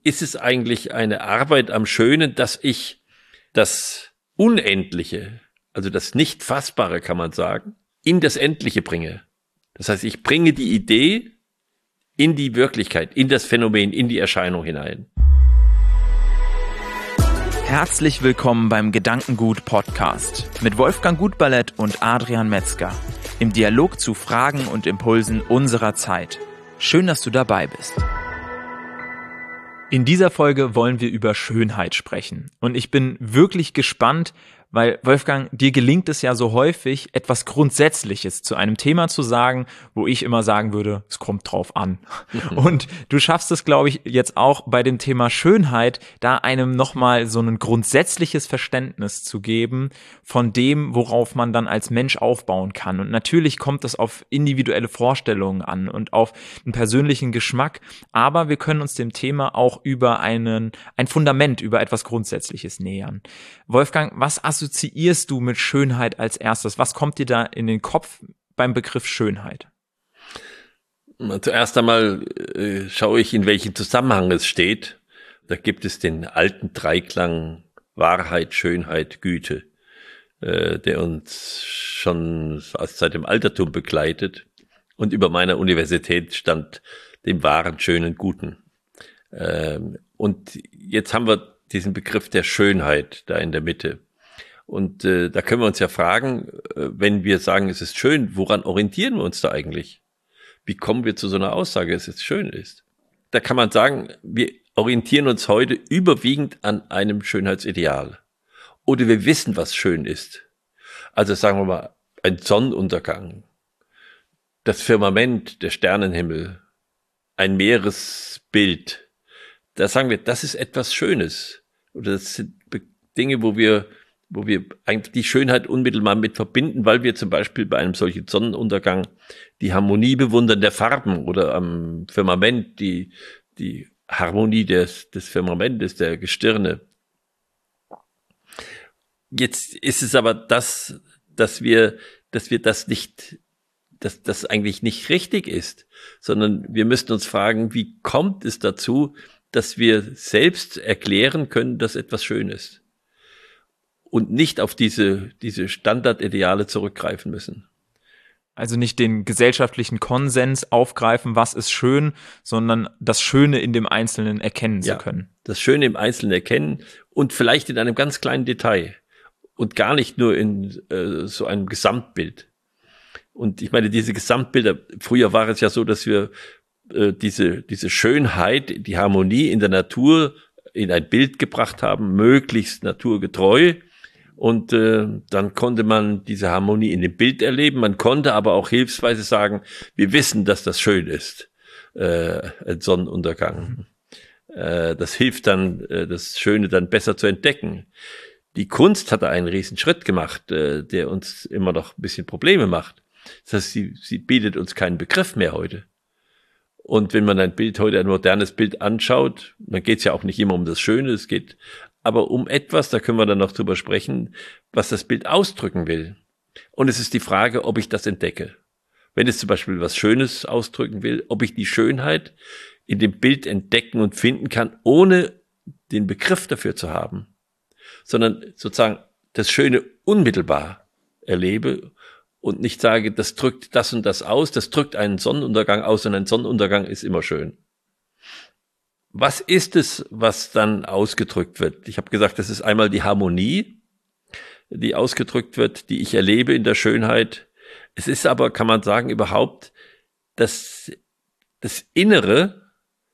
ist es eigentlich eine Arbeit am Schönen, dass ich das Unendliche, also das Nicht-Fassbare, kann man sagen, in das Endliche bringe. Das heißt, ich bringe die Idee in die Wirklichkeit, in das Phänomen, in die Erscheinung hinein. Herzlich willkommen beim Gedankengut-Podcast mit Wolfgang Gutballett und Adrian Metzger im Dialog zu Fragen und Impulsen unserer Zeit. Schön, dass du dabei bist. In dieser Folge wollen wir über Schönheit sprechen. Und ich bin wirklich gespannt, weil, Wolfgang, dir gelingt es ja so häufig, etwas Grundsätzliches zu einem Thema zu sagen, wo ich immer sagen würde, es kommt drauf an. Und du schaffst es, glaube ich, jetzt auch bei dem Thema Schönheit, da einem nochmal so ein grundsätzliches Verständnis zu geben von dem, worauf man dann als Mensch aufbauen kann. Und natürlich kommt es auf individuelle Vorstellungen an und auf einen persönlichen Geschmack, aber wir können uns dem Thema auch über ein Fundament, über etwas Grundsätzliches nähern. Wolfgang, was assoziierst du mit Schönheit als erstes? Was kommt dir da in den Kopf beim Begriff Schönheit? Zuerst einmal schaue ich, in welchem Zusammenhang es steht. Da gibt es den alten Dreiklang Wahrheit, Schönheit, Güte, der uns schon seit dem Altertum begleitet. Und über meiner Universität stand dem Wahren, Schönen, Guten. Und jetzt haben wir diesen Begriff der Schönheit da in der Mitte. Und da können wir uns ja fragen, wenn wir sagen, es ist schön, woran orientieren wir uns da eigentlich? Wie kommen wir zu so einer Aussage, dass es schön ist? Da kann man sagen, wir orientieren uns heute überwiegend an einem Schönheitsideal. Oder wir wissen, was schön ist. Also sagen wir mal, ein Sonnenuntergang, das Firmament, der Sternenhimmel, ein Meeresbild. Da sagen wir, das ist etwas Schönes. Oder das sind Dinge, wo wir eigentlich die Schönheit unmittelbar mit verbinden, weil wir zum Beispiel bei einem solchen Sonnenuntergang die Harmonie bewundern der Farben oder am Firmament die Harmonie des Firmamentes, der Gestirne. Jetzt ist es aber dass das eigentlich nicht richtig ist, sondern wir müssten uns fragen, wie kommt es dazu, dass wir selbst erklären können, dass etwas schön ist und nicht auf diese Standardideale zurückgreifen müssen. Also nicht den gesellschaftlichen Konsens aufgreifen, was ist schön, sondern das Schöne in dem Einzelnen erkennen zu können. Das Schöne im Einzelnen erkennen und vielleicht in einem ganz kleinen Detail und gar nicht nur in so einem Gesamtbild. Und ich meine, diese Gesamtbilder, früher war es ja so, dass wir diese Schönheit, die Harmonie in der Natur in ein Bild gebracht haben, möglichst naturgetreu. Und dann konnte man diese Harmonie in dem Bild erleben. Man konnte aber auch hilfsweise sagen, wir wissen, dass das schön ist, ein Sonnenuntergang. Das hilft dann, das Schöne dann besser zu entdecken. Die Kunst hat einen riesen Schritt gemacht, der uns immer noch ein bisschen Probleme macht. Das heißt, sie bietet uns keinen Begriff mehr heute. Und wenn man ein modernes Bild anschaut, dann geht es ja auch nicht immer um das Schöne, es geht aber um etwas, da können wir dann noch drüber sprechen, was das Bild ausdrücken will. Und es ist die Frage, ob ich das entdecke. Wenn es zum Beispiel was Schönes ausdrücken will, ob ich die Schönheit in dem Bild entdecken und finden kann, ohne den Begriff dafür zu haben, sondern sozusagen das Schöne unmittelbar erlebe und nicht sage, das drückt das und das aus, das drückt einen Sonnenuntergang aus und ein Sonnenuntergang ist immer schön. Was ist es, was dann ausgedrückt wird? Ich habe gesagt, das ist einmal die Harmonie, die ausgedrückt wird, die ich erlebe in der Schönheit. Es ist aber, kann man sagen, überhaupt das Innere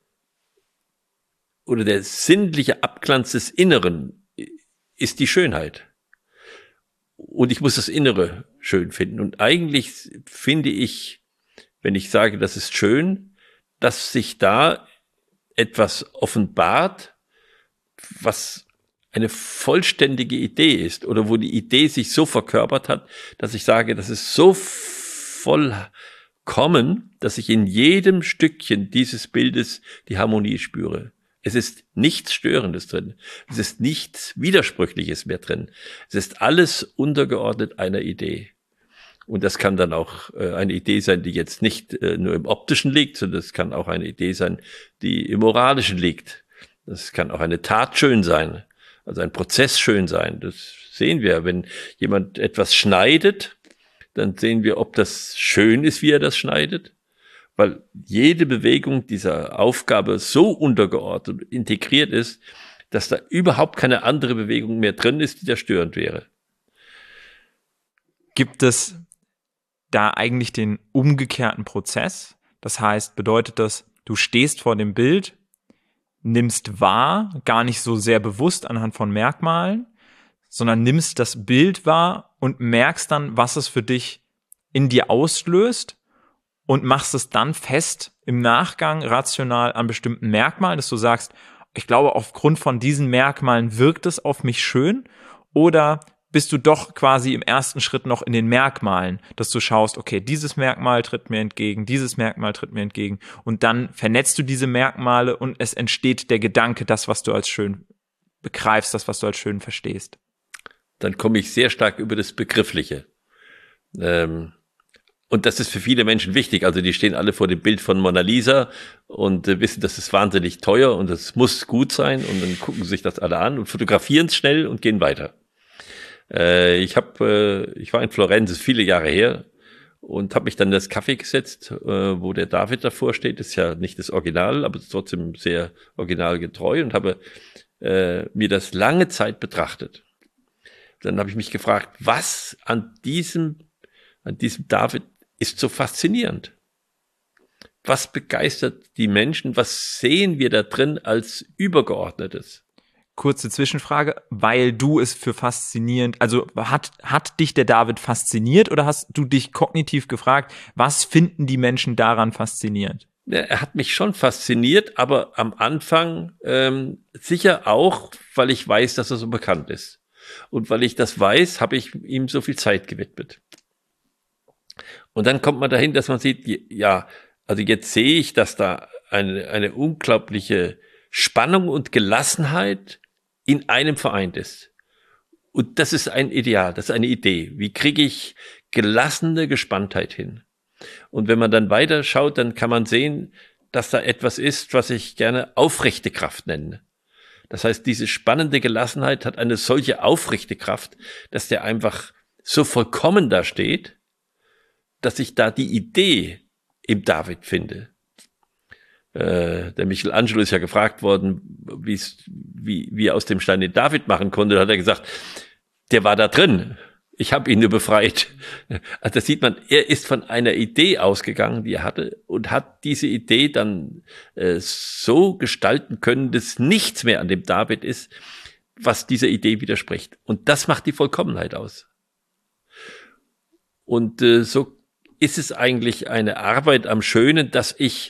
oder der sinnliche Abglanz des Inneren ist die Schönheit. Und ich muss das Innere schön finden. Und eigentlich finde ich, wenn ich sage, das ist schön, dass sich da etwas offenbart, was eine vollständige Idee ist oder wo die Idee sich so verkörpert hat, dass ich sage, das ist so vollkommen, dass ich in jedem Stückchen dieses Bildes die Harmonie spüre. Es ist nichts Störendes drin. Es ist nichts Widersprüchliches mehr drin. Es ist alles untergeordnet einer Idee. Und das kann dann auch eine Idee sein, die jetzt nicht nur im Optischen liegt, sondern es kann auch eine Idee sein, die im Moralischen liegt. Das kann auch eine Tat schön sein, also ein Prozess schön sein. Das sehen wir, wenn jemand etwas schneidet, dann sehen wir, ob das schön ist, wie er das schneidet, weil jede Bewegung dieser Aufgabe so untergeordnet und integriert ist, dass da überhaupt keine andere Bewegung mehr drin ist, die da störend wäre. Gibt es da eigentlich den umgekehrten Prozess? Das heißt, bedeutet das, du stehst vor dem Bild, nimmst wahr, gar nicht so sehr bewusst anhand von Merkmalen, sondern nimmst das Bild wahr und merkst dann, was es für dich in dir auslöst und machst es dann fest im Nachgang rational an bestimmten Merkmalen, dass du sagst, ich glaube, aufgrund von diesen Merkmalen wirkt es auf mich schön, oder bist du doch quasi im ersten Schritt noch in den Merkmalen, dass du schaust, okay, dieses Merkmal tritt mir entgegen, dieses Merkmal tritt mir entgegen, und dann vernetzt du diese Merkmale und es entsteht der Gedanke, das, was du als schön begreifst, das, was du als schön verstehst. Dann komme ich sehr stark über das Begriffliche. Und das ist für viele Menschen wichtig. Also die stehen alle vor dem Bild von Mona Lisa und wissen, das ist wahnsinnig teuer und das muss gut sein, und dann gucken sich das alle an und fotografieren es schnell und gehen weiter. Ich war in Florenz, das ist viele Jahre her, und habe mich dann in das Café gesetzt, wo der David davor steht. Das ist ja nicht das Original, aber ist trotzdem sehr originalgetreu, und habe mir das lange Zeit betrachtet. Dann habe ich mich gefragt, was an diesem David ist so faszinierend? Was begeistert die Menschen? Was sehen wir da drin als Übergeordnetes? Kurze Zwischenfrage, weil du es für faszinierend, also hat dich der David fasziniert, oder hast du dich kognitiv gefragt, was finden die Menschen daran faszinierend? Ja, er hat mich schon fasziniert, aber am Anfang sicher auch, weil ich weiß, dass er so bekannt ist. Und weil ich das weiß, habe ich ihm so viel Zeit gewidmet. Und dann kommt man dahin, dass man sieht, ja, also jetzt sehe ich, dass da eine unglaubliche Spannung und Gelassenheit in einem vereint ist. Und das ist ein Ideal, das ist eine Idee. Wie kriege ich gelassene Gespanntheit hin? Und wenn man dann weiter schaut, dann kann man sehen, dass da etwas ist, was ich gerne aufrechte Kraft nenne. Das heißt, diese spannende Gelassenheit hat eine solche aufrechte Kraft, dass der einfach so vollkommen da steht, dass ich da die Idee im David finde. Der Michelangelo ist ja gefragt worden, wie er aus dem Stein den David machen konnte. Da hat er gesagt, der war da drin. Ich habe ihn nur befreit. Also da sieht man, er ist von einer Idee ausgegangen, die er hatte, und hat diese Idee dann so gestalten können, dass nichts mehr an dem David ist, was dieser Idee widerspricht. Und das macht die Vollkommenheit aus. Und so ist es eigentlich eine Arbeit am Schönen, dass ich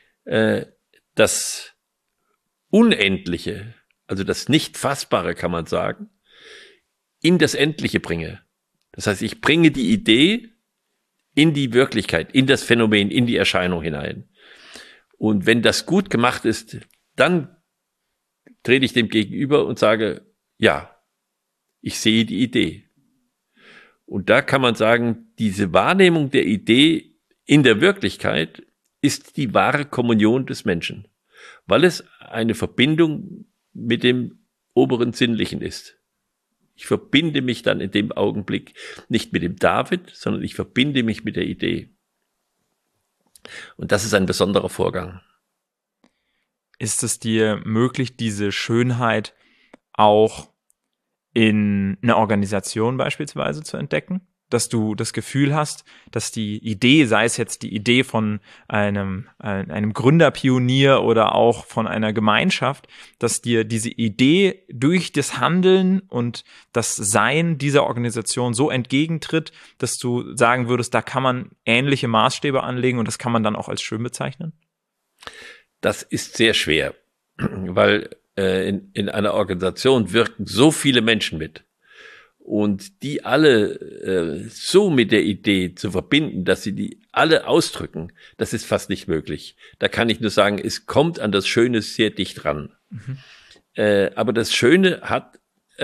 das Unendliche, also das Nicht-Fassbare, kann man sagen, in das Endliche bringe. Das heißt, ich bringe die Idee in die Wirklichkeit, in das Phänomen, in die Erscheinung hinein. Und wenn das gut gemacht ist, dann trete ich dem gegenüber und sage, ja, ich sehe die Idee. Und da kann man sagen, diese Wahrnehmung der Idee in der Wirklichkeit ist die wahre Kommunion des Menschen, weil es eine Verbindung mit dem oberen Sinnlichen ist. Ich verbinde mich dann in dem Augenblick nicht mit dem David, sondern ich verbinde mich mit der Idee. Und das ist ein besonderer Vorgang. Ist es dir möglich, diese Schönheit auch in einer Organisation beispielsweise zu entdecken? Dass du das Gefühl hast, dass die Idee, sei es jetzt die Idee von einem Gründerpionier oder auch von einer Gemeinschaft, dass dir diese Idee durch das Handeln und das Sein dieser Organisation so entgegentritt, dass du sagen würdest, da kann man ähnliche Maßstäbe anlegen und das kann man dann auch als schön bezeichnen? Das ist sehr schwer, weil in einer Organisation wirken so viele Menschen mit. Und die alle so mit der Idee zu verbinden, dass sie die alle ausdrücken, das ist fast nicht möglich. Da kann ich nur sagen, es kommt an das Schöne sehr dicht ran. Aber das Schöne hat,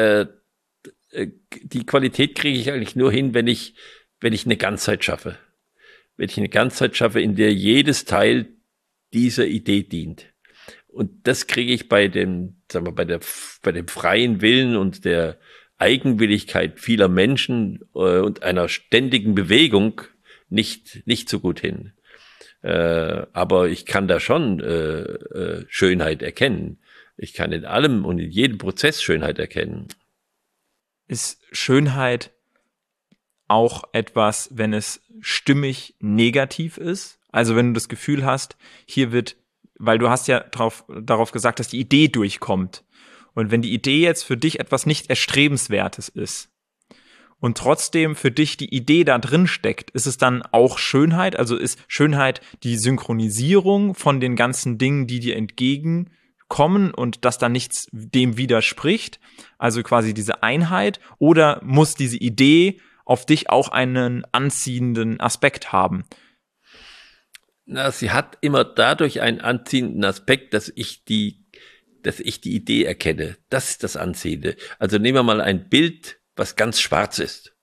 die Qualität kriege ich eigentlich nur hin, wenn ich eine Ganzheit schaffe. Wenn ich eine Ganzheit schaffe, in der jedes Teil dieser Idee dient. Und das kriege ich bei dem, sagen wir, bei dem freien Willen und der Eigenwilligkeit vieler Menschen und einer ständigen Bewegung nicht so gut hin. Aber ich kann da schon Schönheit erkennen. Ich kann in allem und in jedem Prozess Schönheit erkennen. Ist Schönheit auch etwas, wenn es stimmig negativ ist? Also wenn du das Gefühl hast, hier wird, weil du hast ja darauf gesagt, dass die Idee durchkommt. Und wenn die Idee jetzt für dich etwas nicht Erstrebenswertes ist und trotzdem für dich die Idee da drin steckt, ist es dann auch Schönheit? Also ist Schönheit die Synchronisierung von den ganzen Dingen, die dir entgegenkommen und dass da nichts dem widerspricht? Also quasi diese Einheit? Oder muss diese Idee auf dich auch einen anziehenden Aspekt haben? Na, sie hat immer dadurch einen anziehenden Aspekt, dass ich die Idee erkenne. Das ist das Anziehende. Also nehmen wir mal ein Bild, was ganz schwarz ist.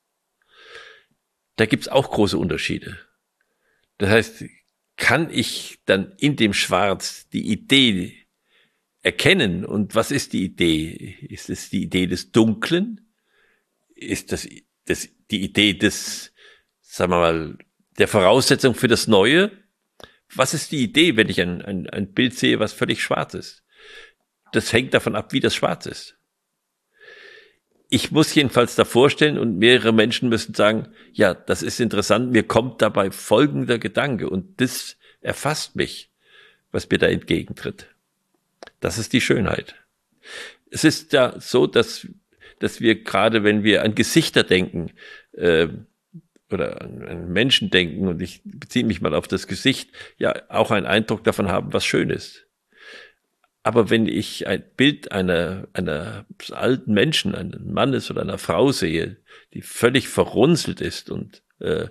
Da gibt's auch große Unterschiede. Das heißt, kann ich dann in dem Schwarz die Idee erkennen? Und was ist die Idee? Ist es die Idee des Dunklen? Ist das die Idee des, sagen wir mal, der Voraussetzung für das Neue? Was ist die Idee, wenn ich ein Bild sehe, was völlig schwarz ist? Das hängt davon ab, wie das schwarz ist. Ich muss jedenfalls davor stellen und mehrere Menschen müssen sagen, ja, das ist interessant, mir kommt dabei folgender Gedanke und das erfasst mich, was mir da entgegentritt. Das ist die Schönheit. Es ist ja so, dass wir gerade, wenn wir an Gesichter denken, oder an Menschen denken, und ich beziehe mich mal auf das Gesicht, ja auch einen Eindruck davon haben, was schön ist. Aber wenn ich ein Bild einer alten Menschen, eines Mannes oder einer Frau sehe, die völlig verrunzelt ist und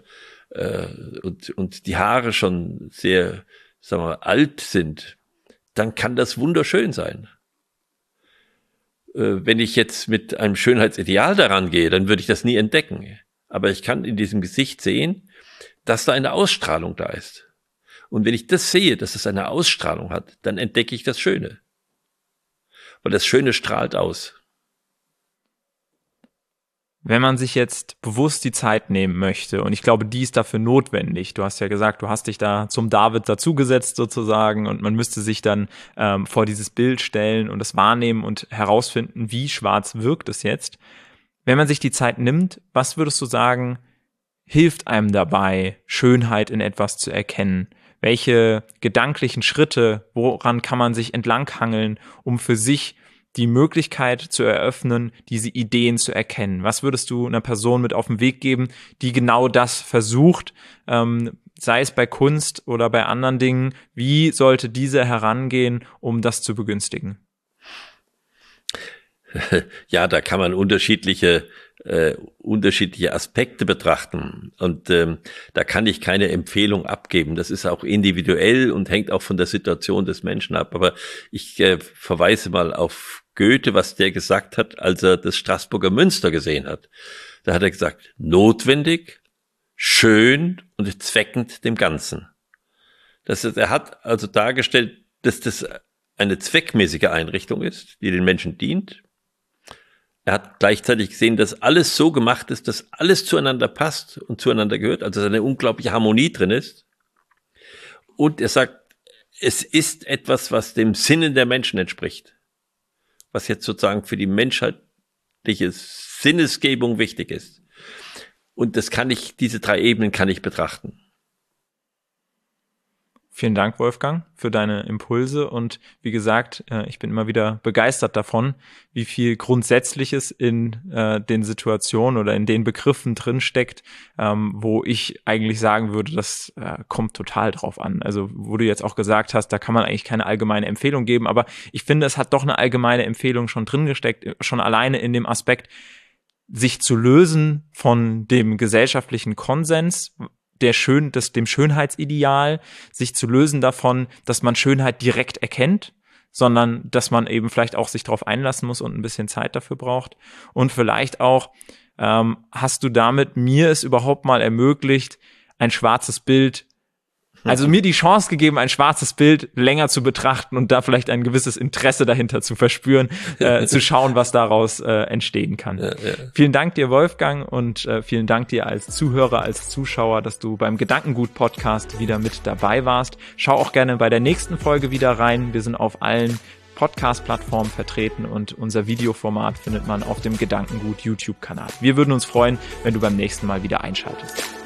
die Haare schon sehr, sagen wir, alt sind, dann kann das wunderschön sein. Wenn ich jetzt mit einem Schönheitsideal daran gehe, dann würde ich das nie entdecken. Aber ich kann in diesem Gesicht sehen, dass da eine Ausstrahlung da ist. Und wenn ich das sehe, dass es eine Ausstrahlung hat, dann entdecke ich das Schöne. Weil das Schöne strahlt aus. Wenn man sich jetzt bewusst die Zeit nehmen möchte, und ich glaube, die ist dafür notwendig. Du hast ja gesagt, du hast dich da zum David dazugesetzt sozusagen und man müsste sich dann vor dieses Bild stellen und es wahrnehmen und herausfinden, wie schwarz wirkt es jetzt. Wenn man sich die Zeit nimmt, was würdest du sagen, hilft einem dabei, Schönheit in etwas zu erkennen? Welche gedanklichen Schritte, woran kann man sich entlanghangeln, um für sich die Möglichkeit zu eröffnen, diese Ideen zu erkennen? Was würdest du einer Person mit auf den Weg geben, die genau das versucht, sei es bei Kunst oder bei anderen Dingen? Wie sollte diese herangehen, um das zu begünstigen? Ja, da kann man unterschiedliche Aspekte betrachten und da kann ich keine Empfehlung abgeben. Das ist auch individuell und hängt auch von der Situation des Menschen ab. Aber ich verweise mal auf Goethe, was der gesagt hat, als er das Straßburger Münster gesehen hat. Da hat er gesagt, notwendig, schön und zweckend dem Ganzen. Er hat also dargestellt, dass das eine zweckmäßige Einrichtung ist, die den Menschen dient. Er hat gleichzeitig gesehen, dass alles so gemacht ist, dass alles zueinander passt und zueinander gehört, also dass eine unglaubliche Harmonie drin ist. Und er sagt, es ist etwas, was dem Sinnen der Menschen entspricht, was jetzt sozusagen für die menschheitliche Sinnesgebung wichtig ist. Und diese 3 Ebenen kann ich betrachten. Vielen Dank, Wolfgang, für deine Impulse und wie gesagt, ich bin immer wieder begeistert davon, wie viel Grundsätzliches in den Situationen oder in den Begriffen drinsteckt, wo ich eigentlich sagen würde, das kommt total drauf an. Also wo du jetzt auch gesagt hast, da kann man eigentlich keine allgemeine Empfehlung geben, aber ich finde, es hat doch eine allgemeine Empfehlung schon drin gesteckt, schon alleine in dem Aspekt, sich zu lösen von dem gesellschaftlichen Konsens, dem Schönheitsideal, sich zu lösen davon, dass man Schönheit direkt erkennt, sondern dass man eben vielleicht auch sich darauf einlassen muss und ein bisschen Zeit dafür braucht. Und vielleicht auch hast du damit mir es überhaupt mal ermöglicht, ein schwarzes Bild Also mir die Chance gegeben, ein schwarzes Bild länger zu betrachten und da vielleicht ein gewisses Interesse dahinter zu verspüren, zu schauen, was daraus entstehen kann. Ja. Vielen Dank dir, Wolfgang, und vielen Dank dir als Zuhörer, als Zuschauer, dass du beim Gedankengut-Podcast wieder mit dabei warst. Schau auch gerne bei der nächsten Folge wieder rein. Wir sind auf allen Podcast-Plattformen vertreten und unser Videoformat findet man auf dem Gedankengut YouTube-Kanal. Wir würden uns freuen, wenn du beim nächsten Mal wieder einschaltest.